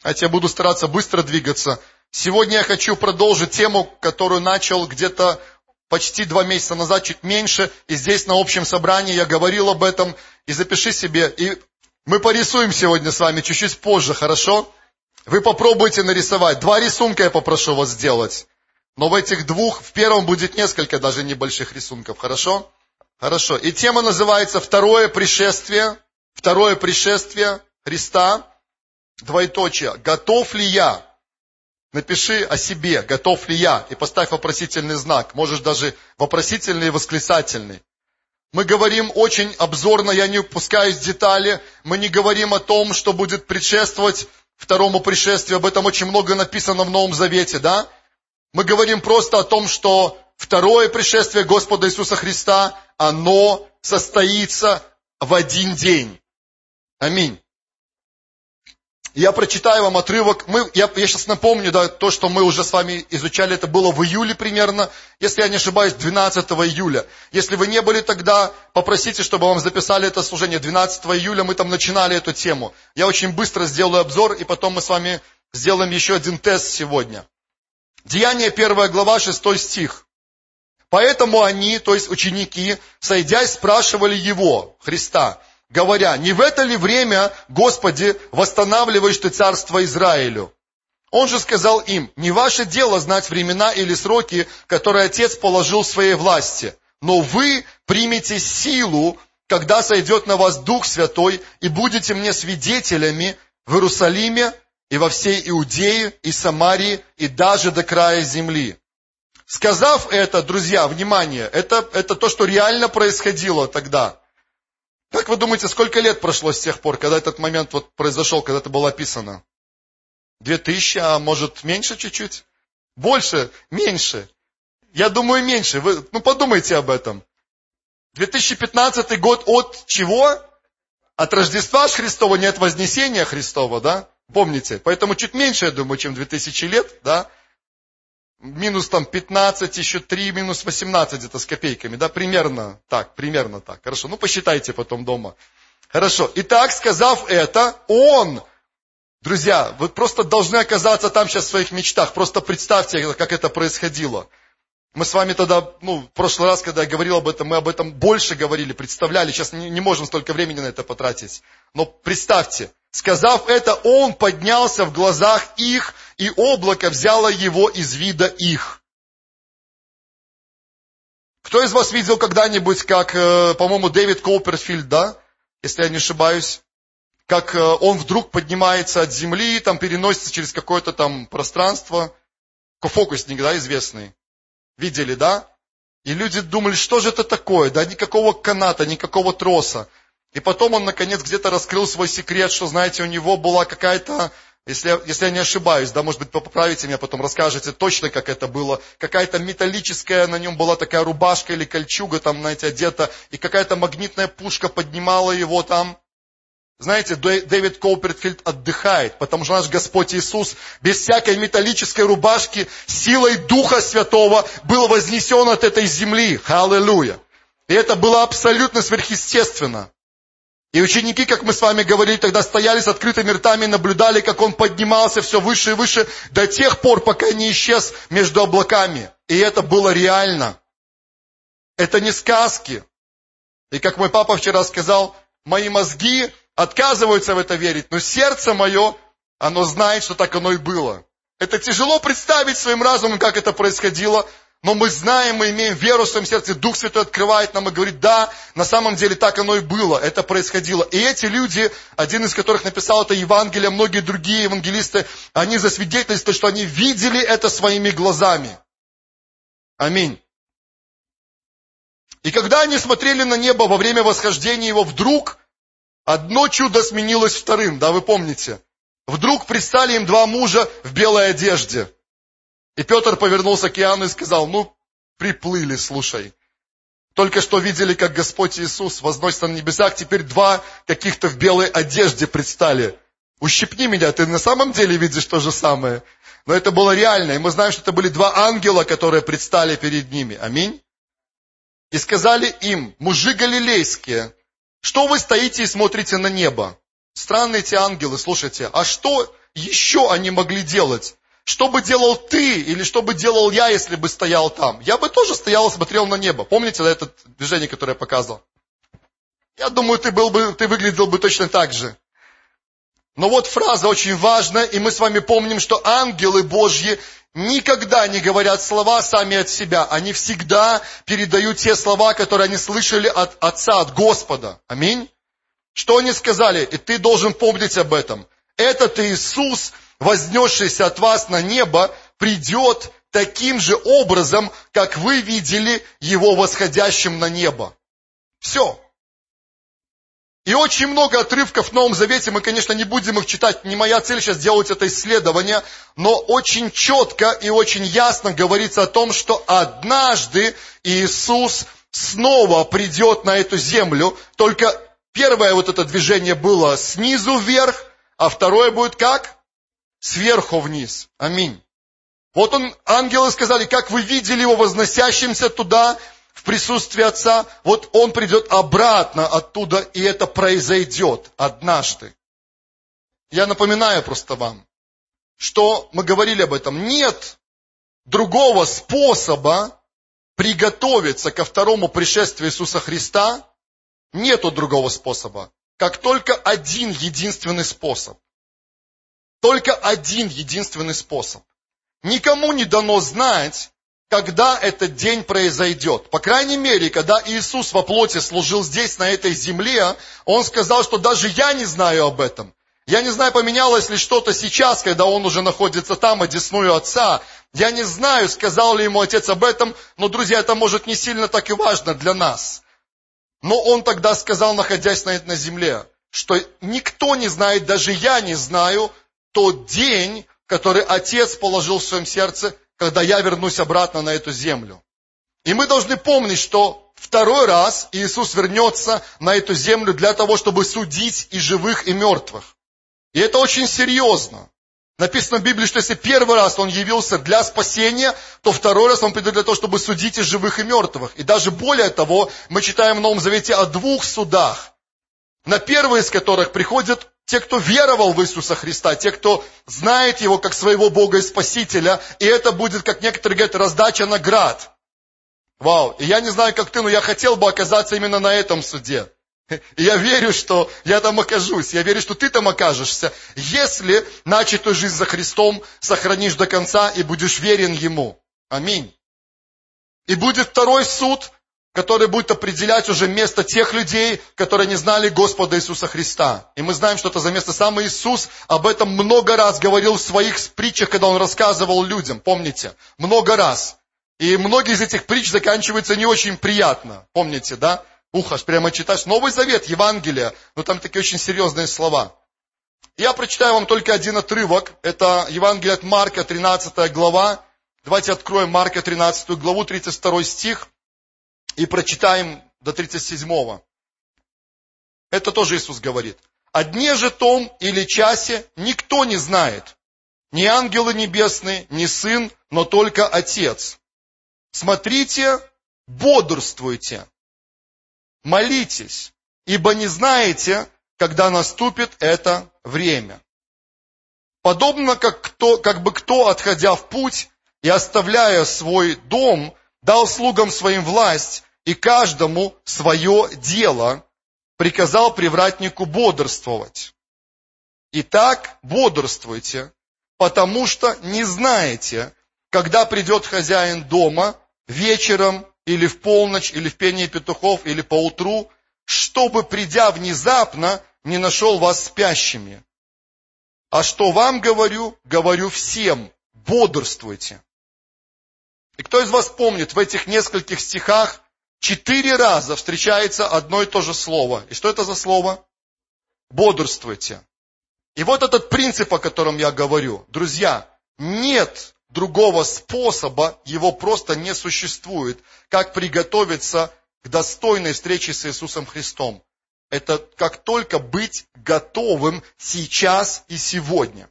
Хотя я буду стараться быстро двигаться. Сегодня я хочу продолжить тему, которую начал где-то почти 2 месяца назад, чуть меньше. И здесь на общем собрании я говорил об этом. И запиши себе. И мы порисуем сегодня с вами чуть-чуть позже, хорошо? Вы попробуйте нарисовать. 2 рисунка я попрошу вас сделать. Но в этих 2, в первом будет несколько даже небольших рисунков, хорошо? Хорошо. И тема называется «Второе пришествие». Второе пришествие Христа. Двоеточие. Готов ли я? Напиши о себе, готов ли я, и поставь вопросительный знак. Можешь даже вопросительный и восклицательный. Мы говорим очень обзорно, я не упускаюсь в детали. Мы не говорим о том, что будет предшествовать второму пришествию. Об этом очень много написано в Новом Завете, да? Мы говорим просто о том, что второе пришествие Господа Иисуса Христа, оно состоится в один день. Аминь. Я прочитаю вам отрывок. Я сейчас напомню, да, то, что мы уже с вами изучали, это было в июле примерно, если я не ошибаюсь, 12 июля. Если вы не были тогда, попросите, чтобы вам записали это служение. 12 июля мы там начинали эту тему. Я очень быстро сделаю обзор, и потом мы с вами сделаем еще один тест сегодня. Деяние 1 глава, 6 стих. Поэтому они, то есть ученики, сойдясь, спрашивали его, Христа, говоря, не в это ли время, Господи, восстанавливаешь ты царство Израилю? Он же сказал им, не ваше дело знать времена или сроки, которые Отец положил в своей власти, но вы примете силу, когда сойдет на вас Дух Святой, и будете мне свидетелями в Иерусалиме и во всей Иудее и Самарии, и даже до края земли. Сказав это, друзья, внимание, это то, что реально происходило тогда. Как вы думаете, сколько лет прошло с тех пор, когда этот момент вот произошел, когда это было описано? 2000, а может меньше чуть-чуть? Больше? Меньше? Я думаю, меньше. Вы, подумайте об этом. 2015 год от чего? От Рождества Христова, не от Вознесения Христова, да? Помните? Поэтому чуть меньше, я думаю, чем 2000 лет, да? Минус там 15, еще 3, минус 18 где-то с копейками, да, примерно так. Хорошо, посчитайте потом дома. Хорошо, итак, сказав это, он, друзья, вы просто должны оказаться там сейчас в своих мечтах, просто представьте, как это происходило. Мы с вами тогда, в прошлый раз, когда я говорил об этом, мы об этом больше говорили, представляли, сейчас не можем столько времени на это потратить. Но представьте, сказав это, он поднялся в глазах их, и облако взяло его из вида их. Кто из вас видел когда-нибудь, как, по-моему, Дэвид Копперфильд, да? Если я не ошибаюсь. Как он вдруг поднимается от земли, там переносится через какое-то там пространство. Фокусник, да, известный. Видели, да? И люди думали, что же это такое? Да никакого каната, никакого троса. И потом он, наконец, где-то раскрыл свой секрет, что, знаете, у него была какая-то, если я не ошибаюсь, да, может быть, поправите меня, потом расскажете точно, как это было, какая-то металлическая, на нем была такая рубашка или кольчуга там, знаете, одета, и какая-то магнитная пушка поднимала его там. Знаете, Дэвид Копперфильд отдыхает, потому что наш Господь Иисус без всякой металлической рубашки силой Духа Святого был вознесен от этой земли. Аллилуйя! И это было абсолютно сверхъестественно. И ученики, как мы с вами говорили, тогда стояли с открытыми ртами и наблюдали, как он поднимался все выше и выше, до тех пор, пока не исчез между облаками. И это было реально. Это не сказки. И как мой папа вчера сказал, мои мозги отказываются в это верить, но сердце мое, оно знает, что так оно и было. Это тяжело представить своим разумом, как это происходило, но мы знаем, мы имеем веру в своем сердце, Дух Святой открывает нам и говорит, да, на самом деле так оно и было, это происходило. И эти люди, один из которых написал это Евангелие, многие другие евангелисты, они засвидетельствовали, что они видели это своими глазами. Аминь. И когда они смотрели на небо во время восхождения его, вдруг одно чудо сменилось вторым, да, вы помните. Вдруг предстали им 2 мужа в белой одежде. И Петр повернулся к Иоанну и сказал, приплыли, слушай. Только что видели, как Господь Иисус возносится на небесах, теперь 2 каких-то в белой одежде предстали. Ущипни меня, ты на самом деле видишь то же самое. Но это было реально, и мы знаем, что это были 2 ангела, которые предстали перед ними. Аминь. И сказали им, мужи галилейские, что вы стоите и смотрите на небо? Странные эти ангелы, слушайте, а что еще они могли делать? Что бы делал ты или что бы делал я, если бы стоял там? Я бы тоже стоял и смотрел на небо. Помните это движение, которое я показывал? Я думаю, ты выглядел бы точно так же. Но вот фраза очень важная, и мы с вами помним, что ангелы Божьи никогда не говорят слова сами от себя. Они всегда передают те слова, которые они слышали от Отца, от Господа. Аминь. Что они сказали? И ты должен помнить об этом. Этот Иисус, вознесшийся от вас на небо, придет таким же образом, как вы видели Его восходящим на небо. Все. И очень много отрывков в Новом Завете, мы, конечно, не будем их читать, не моя цель сейчас делать это исследование, но очень четко и очень ясно говорится о том, что однажды Иисус снова придет на эту землю, только первое вот это движение было снизу вверх, а второе будет как? Сверху вниз. Аминь. Вот ангелы сказали, как вы видели его возносящимся туда, в присутствии Отца, вот Он придет обратно оттуда, и это произойдет однажды. Я напоминаю просто вам, что мы говорили об этом. Нет другого способа приготовиться ко второму пришествию Иисуса Христа. Нету другого способа, как только один единственный способ. Только один единственный способ. Никому не дано знать, когда этот день произойдет. По крайней мере, когда Иисус во плоти служил здесь, на этой земле, Он сказал, что даже я не знаю об этом. Я не знаю, поменялось ли что-то сейчас, когда Он уже находится там, одесную Отца. Я не знаю, сказал ли Ему Отец об этом, но, друзья, это может не сильно так и важно для нас. Но Он тогда сказал, находясь на земле, что никто не знает, даже я не знаю, тот день, который Отец положил в своем сердце, когда я вернусь обратно на эту землю. И мы должны помнить, что второй раз Иисус вернется на эту землю для того, чтобы судить и живых, и мертвых. И это очень серьезно. Написано в Библии, что если первый раз Он явился для спасения, то второй раз Он придет для того, чтобы судить и живых, и мертвых. И даже более того, мы читаем в Новом Завете о двух судах, на первый из которых приходят те, кто веровал в Иисуса Христа, те, кто знает Его как своего Бога и Спасителя, и это будет, как некоторые говорят, раздача наград. Вау! И я не знаю, как ты, но я хотел бы оказаться именно на этом суде. И я верю, что я там окажусь, я верю, что ты там окажешься, если начатую жизнь за Христом сохранишь до конца и будешь верен Ему. Аминь. И будет второй суд, который будет определять уже место тех людей, которые не знали Господа Иисуса Христа. И мы знаем, что это за место. Сам Иисус об этом много раз говорил в своих притчах, когда Он рассказывал людям, помните? Много раз. И многие из этих притч заканчиваются не очень приятно, помните, да? Аж прямо читаешь Новый Завет, Евангелие, но там такие очень серьезные слова. Я прочитаю вам только один отрывок, это Евангелие от Марка, 13 глава. Давайте откроем Марка 13 главу, 32 стих. И прочитаем до 37. Это тоже Иисус говорит. О дне же том или часе никто не знает. Ни ангелы небесные, ни Сын, но только Отец. Смотрите, бодрствуйте, молитесь, ибо не знаете, когда наступит это время. Подобно как бы кто, отходя в путь и оставляя свой дом, дал слугам своим власть, и каждому свое дело, приказал привратнику бодрствовать. Итак, бодрствуйте, потому что не знаете, когда придет хозяин дома, вечером, или в полночь, или в пение петухов, или поутру, чтобы, придя внезапно, не нашел вас спящими. А что вам говорю, говорю всем, бодрствуйте. И кто из вас помнит, в этих нескольких стихах 4 раза встречается одно и то же слово. И что это за слово? Бодрствуйте. И вот этот принцип, о котором я говорю. Друзья, нет другого способа, его просто не существует, как приготовиться к достойной встрече с Иисусом Христом. Это как только быть готовым сейчас и сегодня.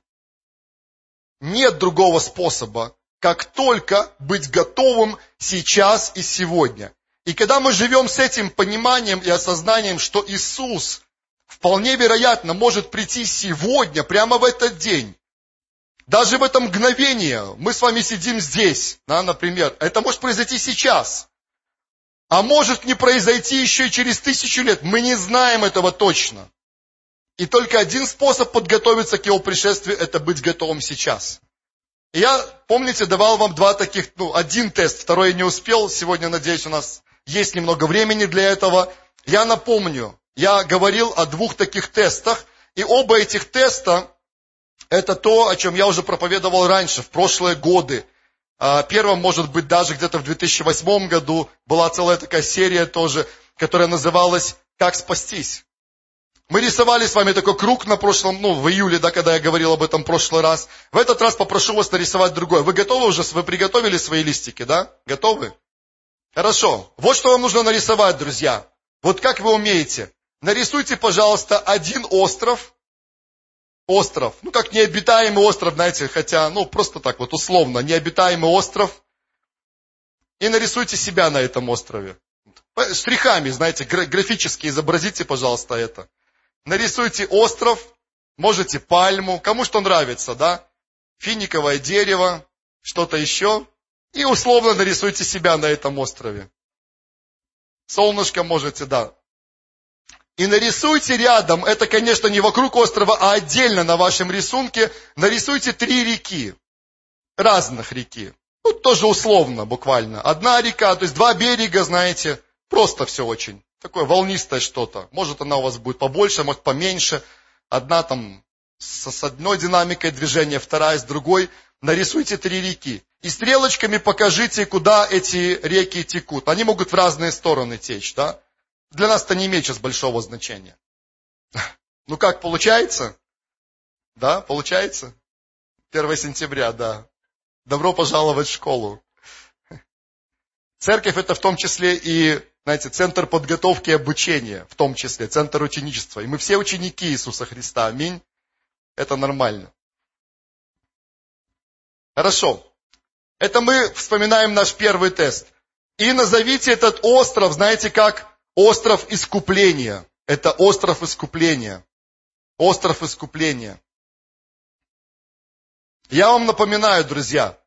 Нет другого способа, как только быть готовым сейчас и сегодня. И когда мы живем с этим пониманием и осознанием, что Иисус вполне вероятно может прийти сегодня, прямо в этот день, Даже в это мгновение мы с вами сидим здесь, да, например. Это может произойти сейчас. А может не произойти еще и через 1000 лет. Мы не знаем этого точно. И только один способ подготовиться к Его пришествию, это быть готовым сейчас. И я, помните, давал вам два таких, один тест, второй я не успел. Сегодня, надеюсь, у нас есть немного времени для этого. Я напомню, я говорил о 2 таких тестах. И оба этих теста, это то, о чем я уже проповедовал раньше, в прошлые годы. Первым, может быть, даже где-то в 2008 году была целая такая серия тоже, которая называлась «Как спастись?». Мы рисовали с вами такой круг на прошлом, в июле, да, когда я говорил об этом в прошлый раз. В этот раз попрошу вас нарисовать другой. Вы готовы уже? Вы приготовили свои листики, да? Готовы? Хорошо. Вот что вам нужно нарисовать, друзья. Вот как вы умеете. Нарисуйте, пожалуйста, один остров. Остров. Как необитаемый остров, знаете, хотя, просто так вот условно, необитаемый остров. И нарисуйте себя на этом острове. Штрихами, знаете, графически изобразите, пожалуйста, это. Нарисуйте остров, можете пальму, кому что нравится, да? Финиковое дерево, что-то еще. И условно нарисуйте себя на этом острове. Солнышко можете, да. И нарисуйте рядом, это, конечно, не вокруг острова, а отдельно на вашем рисунке, нарисуйте 3 реки. Разных реки. Тоже условно, буквально. Одна река, то есть 2 берега, знаете, просто все очень. Такое волнистое что-то. Может, она у вас будет побольше, может, поменьше. Одна там с одной динамикой движения, вторая с другой. Нарисуйте 3 реки. И стрелочками покажите, куда эти реки текут. Они могут в разные стороны течь, да? Для нас это не имеет сейчас большого значения. Как, получается? Да, получается? 1 сентября, да. Добро пожаловать в школу. Церковь это в том числе и, знаете, центр подготовки и обучения, в том числе, центр ученичества. И мы все ученики Иисуса Христа. Аминь. Это нормально. Хорошо. Это мы вспоминаем наш первый тест. И назовите этот остров, знаете как? Остров искупления. Это остров искупления. Остров искупления. Я вам напоминаю, друзья,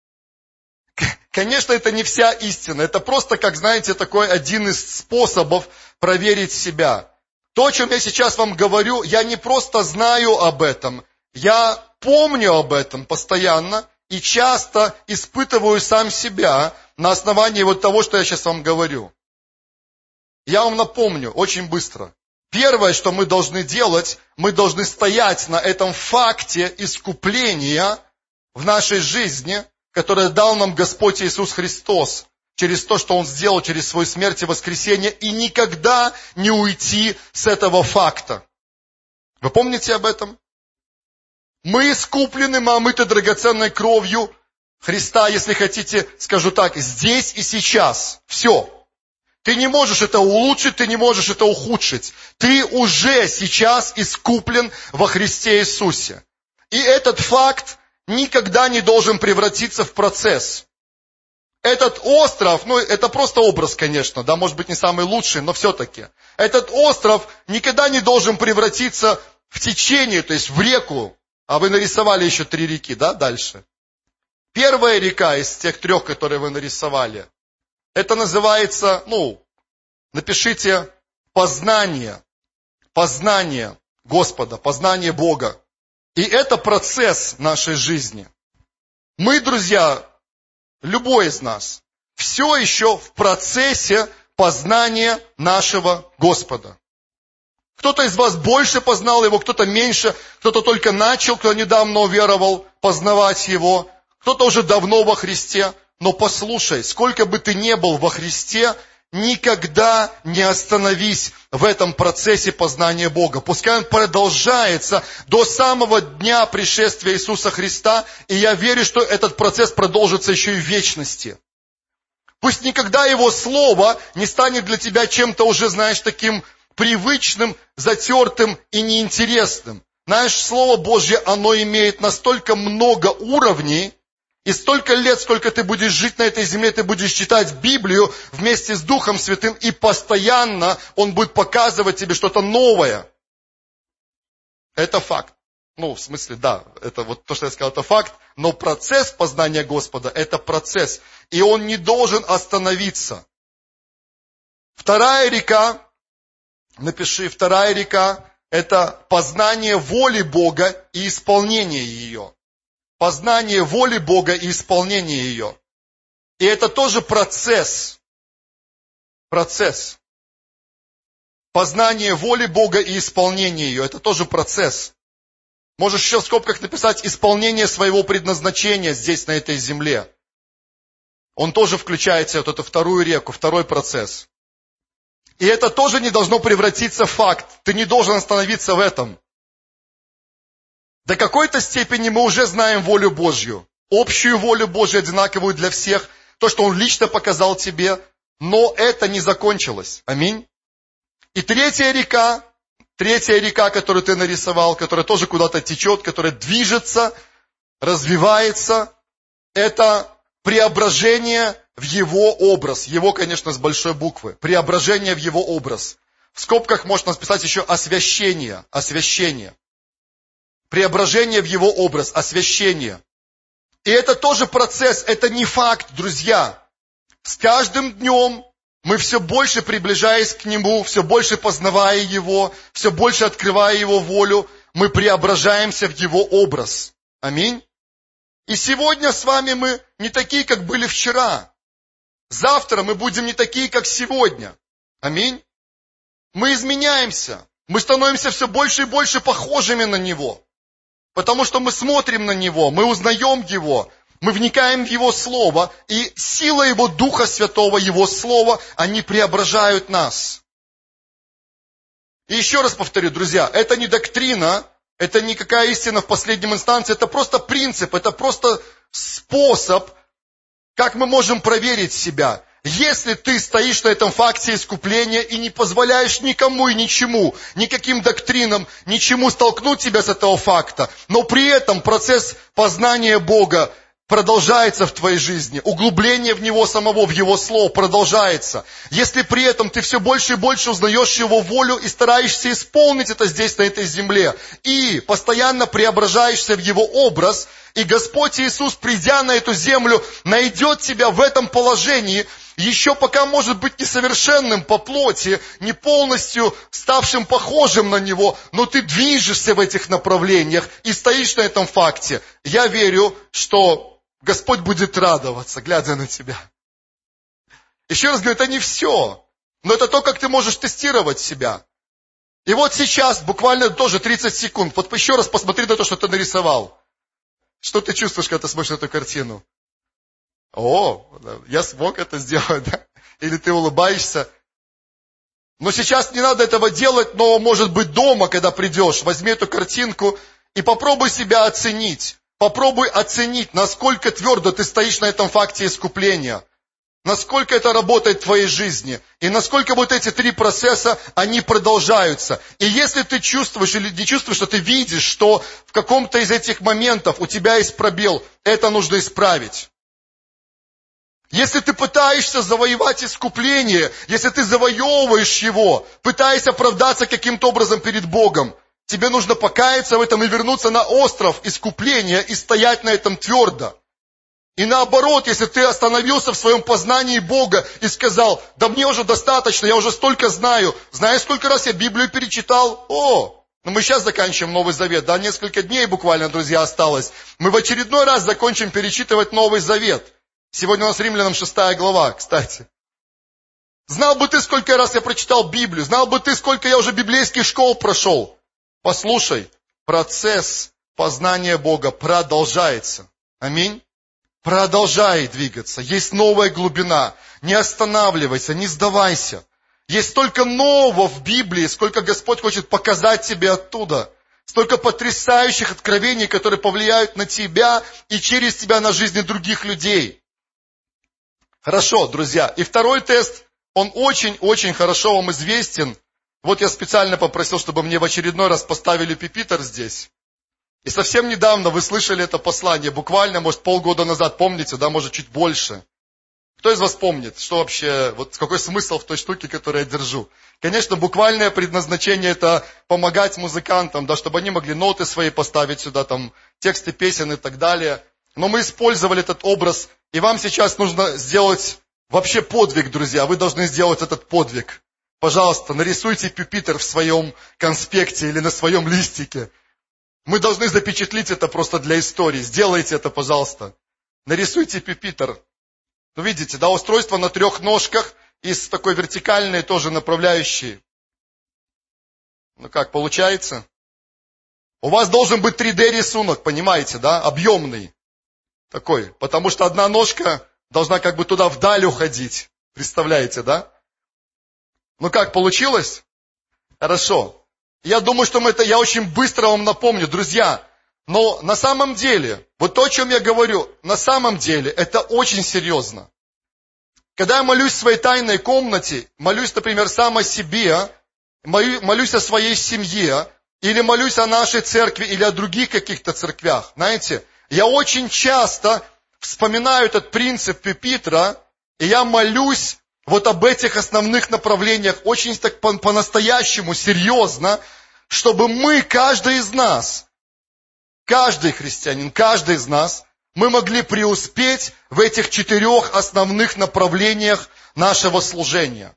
конечно, это не вся истина. Это просто, как знаете, такой один из способов проверить себя. То, о чем я сейчас вам говорю, я не просто знаю об этом. Я помню об этом постоянно и часто испытываю сам себя на основании вот того, что я сейчас вам говорю. Я вам напомню очень быстро. Первое, что мы должны делать, мы должны стоять на этом факте искупления в нашей жизни, которое дал нам Господь Иисус Христос, через то, что Он сделал, через свою смерть и воскресение, и никогда не уйти с этого факта. Вы помните об этом? Мы искуплены, мы омыты драгоценной кровью Христа, если хотите, скажу так, здесь и сейчас. Все. Ты не можешь это улучшить, ты не можешь это ухудшить. Ты уже сейчас искуплен во Христе Иисусе. И этот факт никогда не должен превратиться в процесс. Этот остров, это просто образ, конечно, да, может быть не самый лучший, но все-таки. Этот остров никогда не должен превратиться в течение, то есть в реку. А вы нарисовали еще 3 реки, да, дальше. Первая река из тех 3, которые вы нарисовали, это называется, напишите познание. Познание Господа, познание Бога. И это процесс нашей жизни. Мы, друзья, любой из нас, все еще в процессе познания нашего Господа. Кто-то из вас больше познал Его, кто-то меньше, кто-то только начал, кто недавно уверовал, познавать Его, кто-то уже давно во Христе. Но послушай, сколько бы ты ни был во Христе, никогда не остановись в этом процессе познания Бога. Пускай он продолжается до самого дня пришествия Иисуса Христа, и я верю, что этот процесс продолжится еще и в вечности. Пусть никогда Его Слово не станет для тебя чем-то уже, знаешь, таким привычным, затертым и неинтересным. Знаешь, Слово Божье, оно имеет настолько много уровней, и столько лет, сколько ты будешь жить на этой земле, ты будешь читать Библию вместе с Духом Святым, и постоянно Он будет показывать тебе что-то новое. Это факт. Ну, в смысле, да, это вот то, что я сказал, это факт, но процесс познания Господа, это процесс, и он не должен остановиться. Вторая река, напиши, вторая река, это познание воли Бога и исполнение ее. Познание воли Бога и исполнение ее. И это тоже процесс. Процесс. Познание воли Бога и исполнение ее, это тоже процесс. Можешь еще в скобках написать исполнение своего предназначения здесь, на этой земле. Он тоже включает в себя вот эту вторую реку, второй процесс. И это тоже не должно превратиться в факт. Ты не должен остановиться в этом. До какой-то степени мы уже знаем волю Божью. Общую волю Божью, одинаковую для всех. То, что Он лично показал тебе. Но это не закончилось. Аминь. И третья река, которую ты нарисовал, которая тоже куда-то течет, которая движется, развивается, это преображение в Его образ. Его, конечно, с большой буквы. Преображение в Его образ. В скобках можно написать еще освящение. Освящение. Преображение в Его образ. Освящение. И это тоже процесс, это не факт, друзья. С каждым днем мы все больше, приближаясь к Нему, все больше познавая Его, все больше открывая Его волю, мы преображаемся в Его образ. Аминь. И сегодня с вами мы не такие, как были вчера. Завтра мы будем не такие, как сегодня. Аминь. Мы изменяемся. Мы становимся все больше и больше похожими на Него. Потому что мы смотрим на Него, мы узнаем Его, мы вникаем в Его Слово, и сила Его Духа Святого, Его Слова, они преображают нас. И еще раз повторю, друзья, это не доктрина, это не какая истина в последнем инстанции, это просто принцип, это просто способ, как мы можем проверить себя. Если ты стоишь на этом факте искупления и не позволяешь никому и ничему, никаким доктринам, ничему столкнуть тебя с этого факта, но при этом процесс познания Бога продолжается в твоей жизни, углубление в Него самого, в Его Слово продолжается. Если при этом ты все больше и больше узнаешь Его волю и стараешься исполнить это здесь, на этой земле, и постоянно преображаешься в Его образ, и Господь Иисус, придя на эту землю, найдет тебя в этом положении, еще пока может быть несовершенным по плоти, не полностью ставшим похожим на Него, но ты движешься в этих направлениях и стоишь на этом факте. Я верю, что Господь будет радоваться, глядя на тебя. Еще раз говорю, это не все, но это то, как ты можешь тестировать себя. И вот сейчас, буквально тоже 30 секунд, вот еще раз посмотри на то, что ты нарисовал. Что ты чувствуешь, когда ты смотришь на эту картину? О, я смог это сделать, да? Или ты улыбаешься. Но сейчас не надо этого делать, но, может быть, дома, когда придешь, возьми эту картинку и попробуй себя оценить. Попробуй оценить, насколько твердо ты стоишь на этом факте искупления. Насколько это работает в твоей жизни. И насколько вот эти три процесса, они продолжаются. И если ты чувствуешь или не чувствуешь, что ты видишь, что в каком-то из этих моментов у тебя есть пробел, это нужно исправить. Если ты пытаешься завоевать искупление, если ты завоевываешь его, пытаясь оправдаться каким-то образом перед Богом, тебе нужно покаяться в этом и вернуться на остров искупления и стоять на этом твердо. И наоборот, если ты остановился в своем познании Бога и сказал, да мне уже достаточно, я уже столько знаю, знаешь, сколько раз я Библию перечитал? Ну мы сейчас заканчиваем Новый Завет, да, несколько дней буквально, друзья, осталось. Мы в очередной раз закончим перечитывать Новый Завет. Сегодня у нас Римлянам 6 глава, кстати. Знал бы ты, сколько раз я прочитал Библию, знал бы ты, сколько я уже библейских школ прошел. Послушай, процесс познания Бога продолжается. Аминь. Продолжай двигаться. Есть новая глубина. Не останавливайся, не сдавайся. Есть столько нового в Библии, сколько Господь хочет показать тебе оттуда. Столько потрясающих откровений, которые повлияют на тебя и через тебя на жизни других людей. Хорошо, друзья. И второй тест, он очень-очень хорошо вам известен. Вот я специально попросил, чтобы мне в очередной раз поставили пюпитр здесь. И совсем недавно вы слышали это послание, буквально, может, полгода назад, помните, да, может, чуть больше. Кто из вас помнит, что вообще, вот какой смысл в той штуке, которую я держу? Конечно, буквальное предназначение это помогать музыкантам, да, чтобы они могли ноты свои поставить сюда, там, тексты песен и так далее. Но мы использовали этот образ, и вам сейчас нужно сделать вообще подвиг, друзья. Вы должны сделать этот подвиг. Пожалуйста, нарисуйте пюпитр в своем конспекте или на своем листике. Мы должны запечатлить это просто для истории. Сделайте это, пожалуйста. Нарисуйте пюпитр. Ну, видите, да, устройство на 3 ножках и с такой вертикальной тоже направляющей. Ну как, получается? У вас должен быть 3D-рисунок, понимаете, да, объемный такой. Потому что одна ножка должна как бы туда вдаль уходить. Представляете, да? Ну как, получилось? Хорошо. Я думаю, что я очень быстро вам напомню, друзья. Но на самом деле, вот то, о чем я говорю, на самом деле, это очень серьезно. Когда я молюсь в своей тайной комнате, молюсь, например, сам о себе, молюсь о своей семье, или молюсь о нашей церкви, или о других каких-то церквях, знаете, я очень часто вспоминаю этот принцип пюпитра, и я молюсь вот об этих основных направлениях очень так по-настоящему, серьезно, чтобы мы, каждый из нас, каждый христианин, каждый из нас, мы могли преуспеть в этих 4 основных направлениях нашего служения.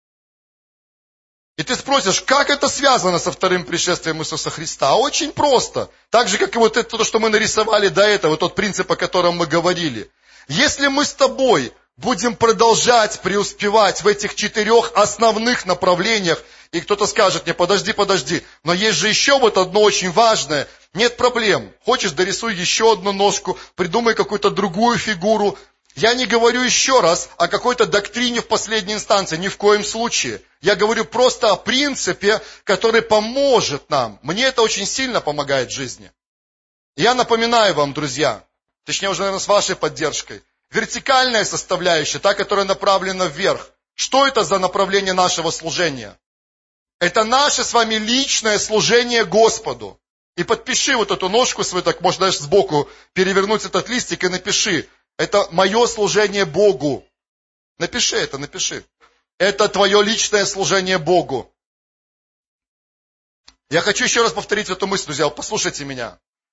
И ты спросишь, как это связано со вторым пришествием Иисуса Христа? Очень просто. Так же, как и вот это, то, что мы нарисовали до этого, тот принцип, о котором мы говорили. Если мы с тобой будем продолжать преуспевать в этих 4 основных направлениях, и кто-то скажет мне, подожди, но есть же еще вот одно очень важное. Нет проблем. Хочешь, дорисуй еще одну ножку, придумай какую-то другую фигуру. Я не говорю еще раз о какой-то доктрине в последней инстанции, ни в коем случае. Я говорю просто о принципе, который поможет нам. Мне это очень сильно помогает в жизни. Я напоминаю вам, друзья, точнее уже, наверное, с вашей поддержкой, вертикальная составляющая, та, которая направлена вверх. Что это за направление нашего служения? Это наше с вами личное служение Господу. И подпиши вот эту ножку свою, так можно даже сбоку перевернуть этот листик и напиши. Это мое служение Богу. Напиши это, напиши. Это твое личное служение Богу. Я хочу еще раз повторить эту мысль, друзья, послушайте меня.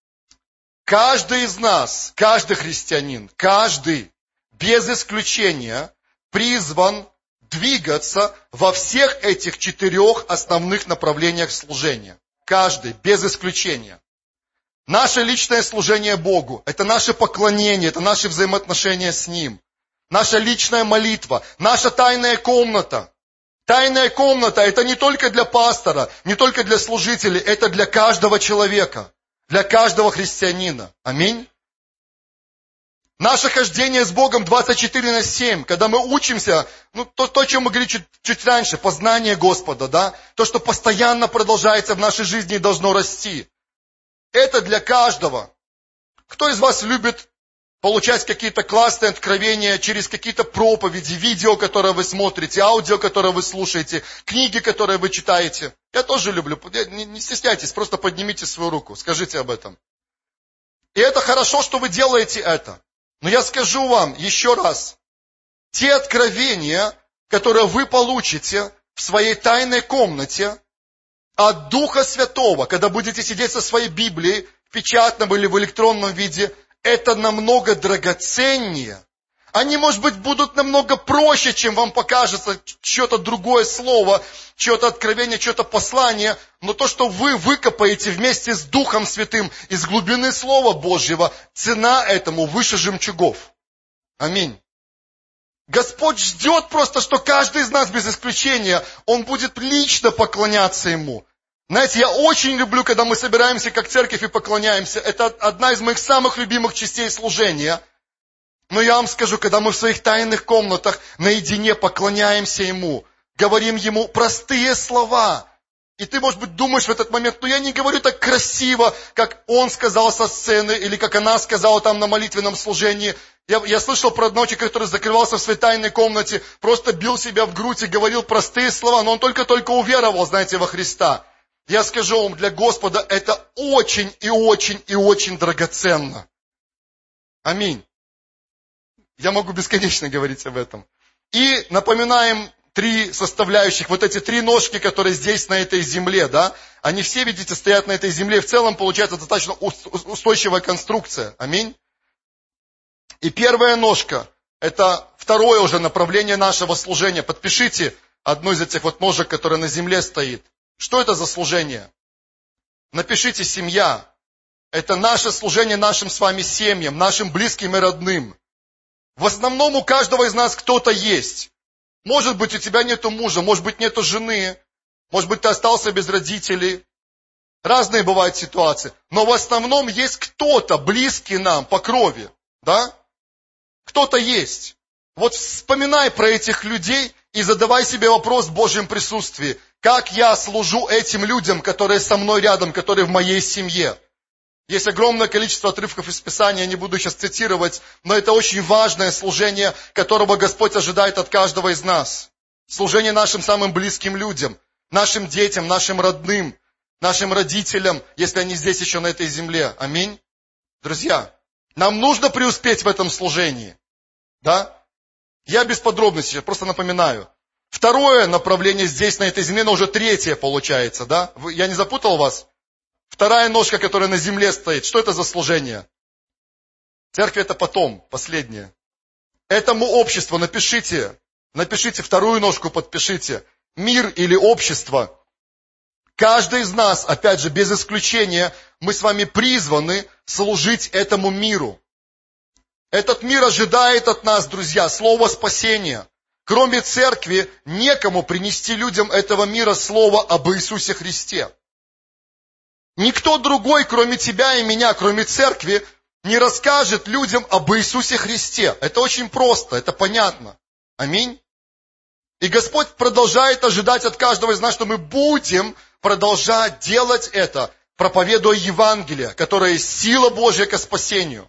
Каждый из нас, каждый христианин, каждый, без исключения, призван двигаться во всех этих 4 основных направлениях служения. Каждый, без исключения. Наше личное служение Богу, это наше поклонение, это наши взаимоотношения с Ним. Наша личная молитва, наша тайная комната. Тайная комната это не только для пастора, не только для служителей, это для каждого человека, для каждого христианина. Аминь. Наше хождение с Богом 24/7, когда мы учимся, то, о чем мы говорили чуть раньше, познание Господа, да, то, что постоянно продолжается в нашей жизни и должно расти. Это для каждого. Кто из вас любит получать какие-то классные откровения через какие-то проповеди, видео, которые вы смотрите, аудио, которое вы слушаете, книги, которые вы читаете? Я тоже люблю. Не стесняйтесь, просто поднимите свою руку, скажите об этом. И это хорошо, что вы делаете это. Но я скажу вам еще раз, те откровения, которые вы получите в своей тайной комнате от Духа Святого, когда будете сидеть со своей Библией в печатном или в электронном виде, это намного драгоценнее. Они, может быть, будут намного проще, чем вам покажется что-то другое слово, что-то откровение, что-то послание. Но то, что вы выкопаете вместе с Духом Святым из глубины Слова Божьего, цена этому выше жемчугов. Аминь. Господь ждет просто, что каждый из нас, без исключения, он будет лично поклоняться Ему. Знаете, я очень люблю, когда мы собираемся как церковь и поклоняемся. Это одна из моих самых любимых частей служения. Но я вам скажу, когда мы в своих тайных комнатах наедине поклоняемся Ему, говорим Ему простые слова. И ты, может быть, думаешь в этот момент, я не говорю так красиво, как он сказал со сцены, или как она сказала там на молитвенном служении. Я слышал про одного человека, который закрывался в своей тайной комнате, просто бил себя в грудь и говорил простые слова, но он только-только уверовал, знаете, во Христа. Я скажу вам, для Господа это очень и очень и очень драгоценно. Аминь. Я могу бесконечно говорить об этом. И напоминаем 3 составляющих. Вот эти 3 ножки, которые здесь, на этой земле, да, они все, видите, стоят на этой земле. В целом получается достаточно устойчивая конструкция. Аминь. И первая ножка, это второе уже направление нашего служения. Подпишите одну из этих вот ножек, которая на земле стоит. Что это за служение? Напишите «семья». Это наше служение нашим с вами семьям, нашим близким и родным. В основном у каждого из нас кто-то есть. Может быть, у тебя нету мужа, может быть, нету жены, может быть, ты остался без родителей. Разные бывают ситуации. Но в основном есть кто-то близкий нам по крови. Да? Кто-то есть. Вот вспоминай про этих людей и задавай себе вопрос в Божьем присутствии. Как я служу этим людям, которые со мной рядом, которые в моей семье? Есть огромное количество отрывков из Писания, я не буду сейчас цитировать, но это очень важное служение, которого Господь ожидает от каждого из нас. Служение нашим самым близким людям, нашим детям, нашим родным, нашим родителям, если они здесь еще на этой земле. Аминь. Друзья, нам нужно преуспеть в этом служении. Да? Я без подробностей, просто напоминаю. Второе направление здесь, на этой земле, но уже 3 получается. Да? Я не запутал вас? Вторая ножка, которая на земле стоит. Что это за служение? Церковь это потом, последнее. Этому обществу напишите вторую ножку, подпишите. Мир или общество. Каждый из нас, опять же, без исключения, мы с вами призваны служить этому миру. Этот мир ожидает от нас, друзья, слова спасения. Кроме церкви, некому принести людям этого мира слово об Иисусе Христе. Никто другой, кроме тебя и меня, кроме церкви, не расскажет людям об Иисусе Христе. Это очень просто, это понятно. Аминь. И Господь продолжает ожидать от каждого из нас, что мы будем продолжать делать это, проповедуя Евангелие, которое есть сила Божья ко спасению.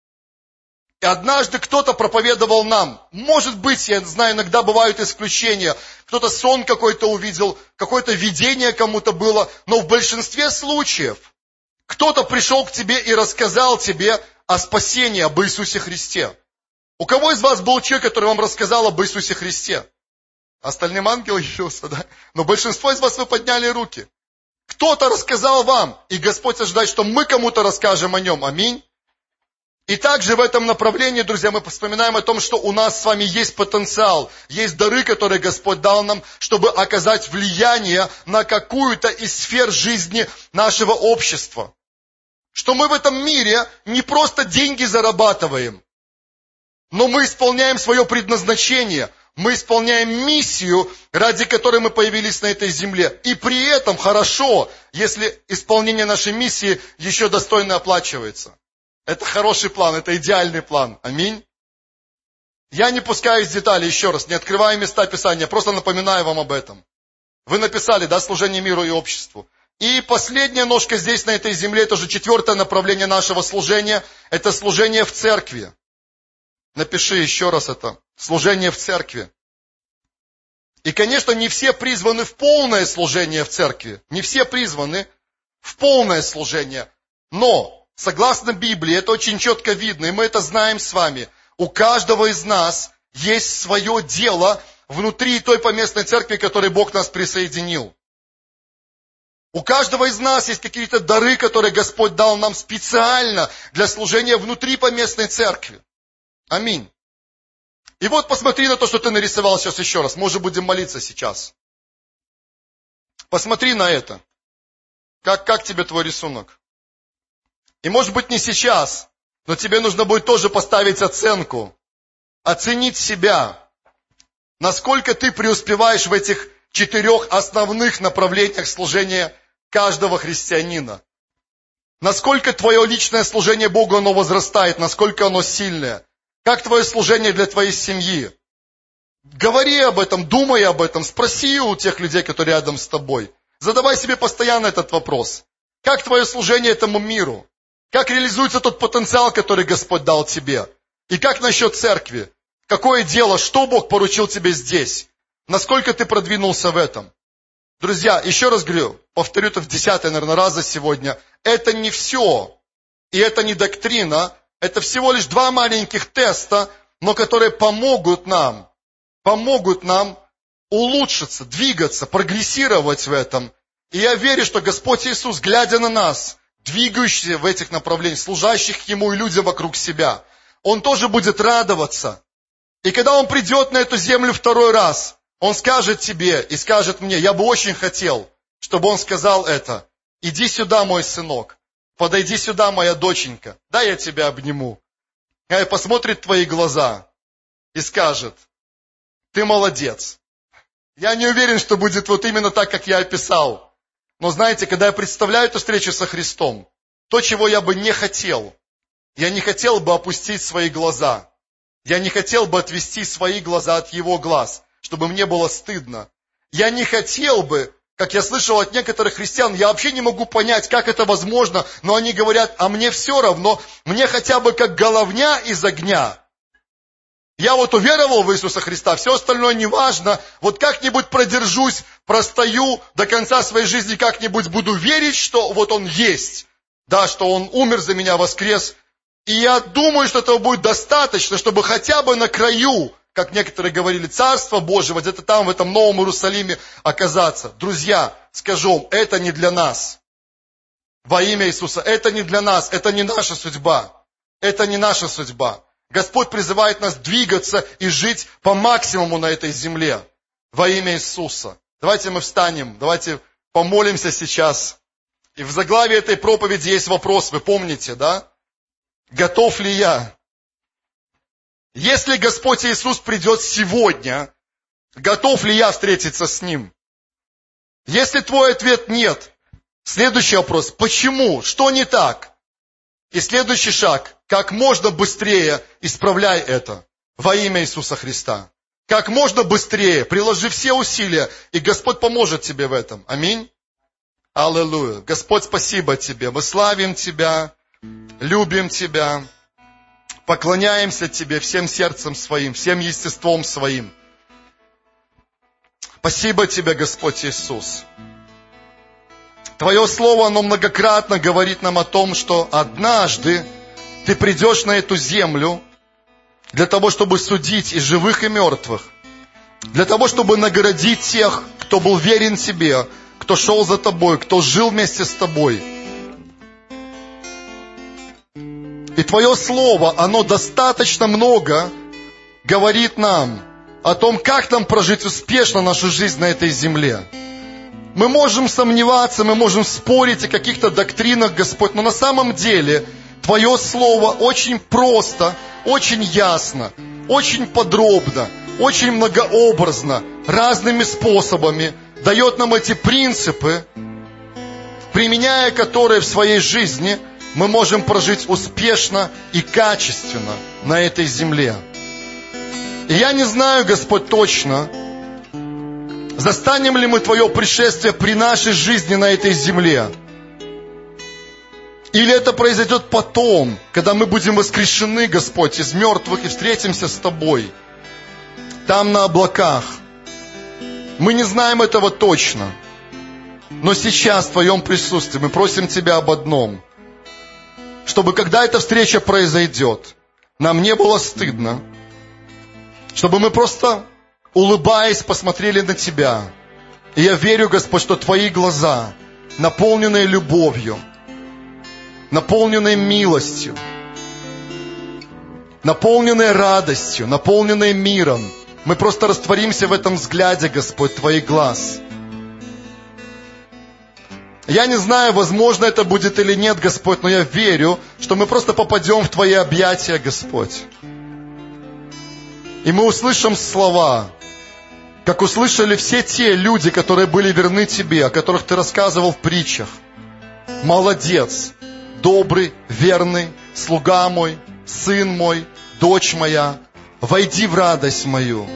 И однажды кто-то проповедовал нам. Может быть, я знаю, иногда бывают исключения. Кто-то сон какой-то увидел, какое-то видение кому-то было. Но в большинстве случаев кто-то пришел к тебе и рассказал тебе о спасении, об Иисусе Христе. У кого из вас был человек, который вам рассказал об Иисусе Христе? Остальным ангел явился, да? Но большинство из вас вы подняли руки. Кто-то рассказал вам, и Господь ожидает, что мы кому-то расскажем о нем. Аминь. И также в этом направлении, друзья, мы вспоминаем о том, что у нас с вами есть потенциал, есть дары, которые Господь дал нам, чтобы оказать влияние на какую-то из сфер жизни нашего общества. Что мы в этом мире не просто деньги зарабатываем, но мы исполняем свое предназначение, мы исполняем миссию, ради которой мы появились на этой земле. И при этом хорошо, если исполнение нашей миссии еще достойно оплачивается. Это хороший план, это идеальный план. Аминь. Я не пускаюсь в детали, еще раз, не открываю места Писания, просто напоминаю вам об этом. Вы написали, да, служение миру и обществу. И последняя ножка здесь, на этой земле, это уже 4 направление нашего служения, это служение в церкви. Напиши еще раз это. Служение в церкви. И, конечно, не все призваны в полное служение в церкви. Не все призваны в полное служение. Но, согласно Библии, это очень четко видно, и мы это знаем с вами. У каждого из нас есть свое дело внутри той поместной церкви, к которой Бог нас присоединил. У каждого из нас есть какие-то дары, которые Господь дал нам специально для служения внутри поместной церкви. Аминь. И вот посмотри на то, что ты нарисовал сейчас еще раз. Мы уже будем молиться сейчас. Посмотри на это. Как тебе твой рисунок? И может быть не сейчас, но тебе нужно будет тоже поставить оценку. Оценить себя. Насколько ты преуспеваешь в этих 4 основных направлениях служения каждого христианина. Насколько твое личное служение Богу, оно возрастает, насколько оно сильное. Как твое служение для твоей семьи? Говори об этом, думай об этом, спроси у тех людей, которые рядом с тобой. Задавай себе постоянно этот вопрос. Как твое служение этому миру? Как реализуется тот потенциал, который Господь дал тебе? И как насчет церкви? Какое дело, что Бог поручил тебе здесь? Насколько ты продвинулся в этом? Друзья, еще раз говорю, повторю это в 10-й, наверное, раз за сегодня. Это не все. И это не доктрина. Это всего лишь 2 маленьких теста, но которые помогут нам улучшиться, двигаться, прогрессировать в этом. И я верю, что Господь Иисус, глядя на нас, двигающихся в этих направлениях, служащих Ему и людям вокруг себя, Он тоже будет радоваться. И когда Он придет на эту землю второй раз, Он скажет тебе и скажет мне: я бы очень хотел, чтобы Он сказал это: иди сюда, мой сынок, подойди сюда, моя доченька, дай я тебя обниму. И посмотрит в твои глаза и скажет: ты молодец. Я не уверен, что будет вот именно так, как я описал. Но знаете, когда я представляю эту встречу со Христом, то, чего я бы не хотел, я не хотел бы опустить свои глаза. Я не хотел бы отвести свои глаза от Его глаз, чтобы мне было стыдно. Я не хотел бы, как я слышал от некоторых христиан, я вообще не могу понять, как это возможно, но они говорят: а мне все равно, мне хотя бы как головня из огня. Я вот уверовал в Иисуса Христа, все остальное не важно, вот как-нибудь продержусь, простою до конца своей жизни, как-нибудь буду верить, что вот Он есть, да, что Он умер за меня, воскрес. И я думаю, что этого будет достаточно, чтобы хотя бы на краю, как некоторые говорили, Царства Божьего, где-то там, в этом Новом Иерусалиме оказаться. Друзья, скажу вам, это не для нас. Во имя Иисуса, это не для нас, это не наша судьба. Это не наша судьба. Господь призывает нас двигаться и жить по максимуму на этой земле. Во имя Иисуса. Давайте мы встанем, давайте помолимся сейчас. И в заглавии этой проповеди есть вопрос, вы помните, да? Готов ли я? Если Господь Иисус придет сегодня, готов ли я встретиться с Ним? Если твой ответ нет, следующий вопрос: почему? Что не так? И следующий шаг: как можно быстрее исправляй это во имя Иисуса Христа. Как можно быстрее, приложи все усилия, и Господь поможет тебе в этом. Аминь. Аллилуйя. Господь, спасибо Тебе. Мы славим Тебя, любим Тебя, поклоняемся Тебе всем сердцем своим, всем естеством своим. Спасибо Тебе, Господь Иисус. Твое Слово, оно многократно говорит нам о том, что однажды Ты придешь на эту землю для того, чтобы судить и живых, и мертвых. Для того, чтобы наградить тех, кто был верен Тебе, кто шел за Тобой, кто жил вместе с Тобой. И Твое Слово, оно достаточно много говорит нам о том, как нам прожить успешно нашу жизнь на этой земле. Мы можем сомневаться, мы можем спорить о каких-то доктринах, Господь, но на самом деле Твое Слово очень просто, очень ясно, очень подробно, очень многообразно, разными способами дает нам эти принципы, применяя которые в своей жизни, мы можем прожить успешно и качественно на этой земле. И я не знаю, Господь, точно, застанем ли мы Твое пришествие при нашей жизни на этой земле. Или это произойдет потом, когда мы будем воскрешены, Господь, из мертвых и встретимся с Тобой, там на облаках. Мы не знаем этого точно. Но сейчас в Твоем присутствии мы просим Тебя об одном. Чтобы когда эта встреча произойдет, нам не было стыдно. Чтобы мы просто, улыбаясь, посмотрели на Тебя. И я верю, Господь, что Твои глаза, наполненные любовью, наполненные милостью, наполненные радостью, наполненные миром, мы просто растворимся в этом взгляде, Господь, Твоих глаз. Я не знаю, возможно это будет или нет, Господь, но я верю, что мы просто попадем в Твои объятия, Господь. И мы услышим слова, как услышали все те люди, которые были верны Тебе, о которых Ты рассказывал в притчах. Молодец, добрый, верный, слуга мой, сын мой, дочь моя, войди в радость мою.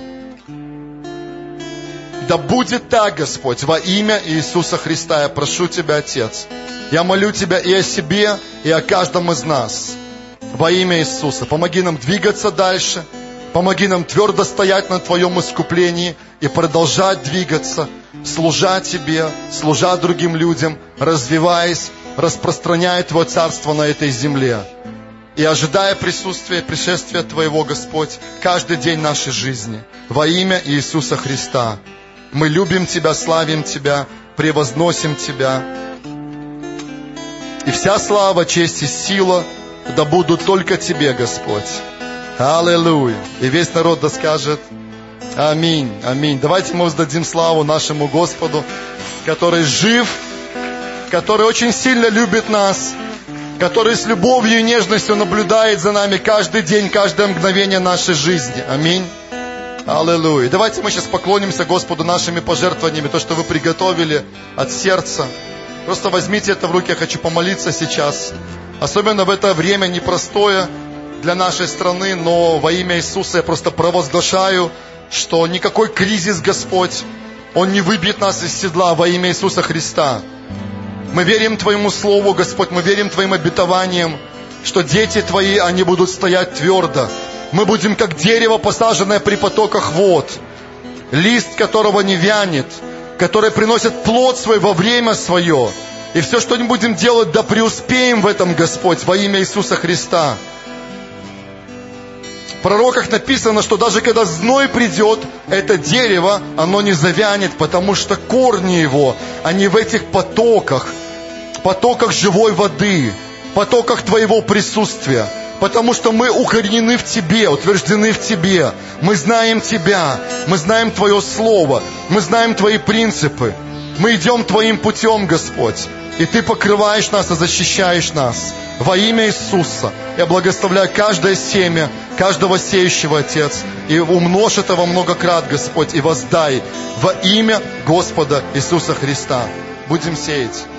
Да будет так, Господь, во имя Иисуса Христа. Я прошу Тебя, Отец. Я молю Тебя и о себе, и о каждом из нас. Во имя Иисуса. Помоги нам двигаться дальше. Помоги нам твердо стоять на Твоем искуплении и продолжать двигаться, служа Тебе, служа другим людям, развиваясь, распространяя Твое Царство на этой земле. и ожидая присутствия и пришествия Твоего, Господь, каждый день нашей жизни. Во имя Иисуса Христа. Мы любим Тебя, славим Тебя, превозносим Тебя. И вся слава, честь и сила да будут только Тебе, Господь. Аллилуйя. И весь народ да скажет аминь, аминь. Давайте мы воздадим славу нашему Господу, который жив, который очень сильно любит нас, который с любовью и нежностью наблюдает за нами каждый день, каждое мгновение нашей жизни. Аминь. Аллилуйя. Давайте мы сейчас поклонимся Господу нашими пожертвованиями, то, что вы приготовили от сердца. Просто возьмите это в руки, я хочу помолиться сейчас. Особенно в это время непростое для нашей страны, но во имя Иисуса я просто провозглашаю, что никакой кризис, Господь, он не выбьет нас из седла во имя Иисуса Христа. Мы верим Твоему Слову, Господь, мы верим Твоим обетованиям, что дети Твои, они будут стоять твердо. Мы будем как дерево, посаженное при потоках вод, лист которого не вянет, который приносит плод свой во время свое. И все, что мы будем делать, да преуспеем в этом, Господь, во имя Иисуса Христа. В пророках написано, что даже когда зной придет, это дерево, оно не завянет, потому что корни его, они в этих потоках живой воды, потоках Твоего присутствия. Потому что мы укоренены в Тебе, утверждены в Тебе. Мы знаем Тебя, мы знаем Твое Слово, мы знаем Твои принципы. Мы идем Твоим путем, Господь. И Ты покрываешь нас и защищаешь нас. Во имя Иисуса я благословляю каждое семя, каждого сеющего, Отец. И умножь это во много крат, Господь, и воздай во имя Господа Иисуса Христа. Будем сеять.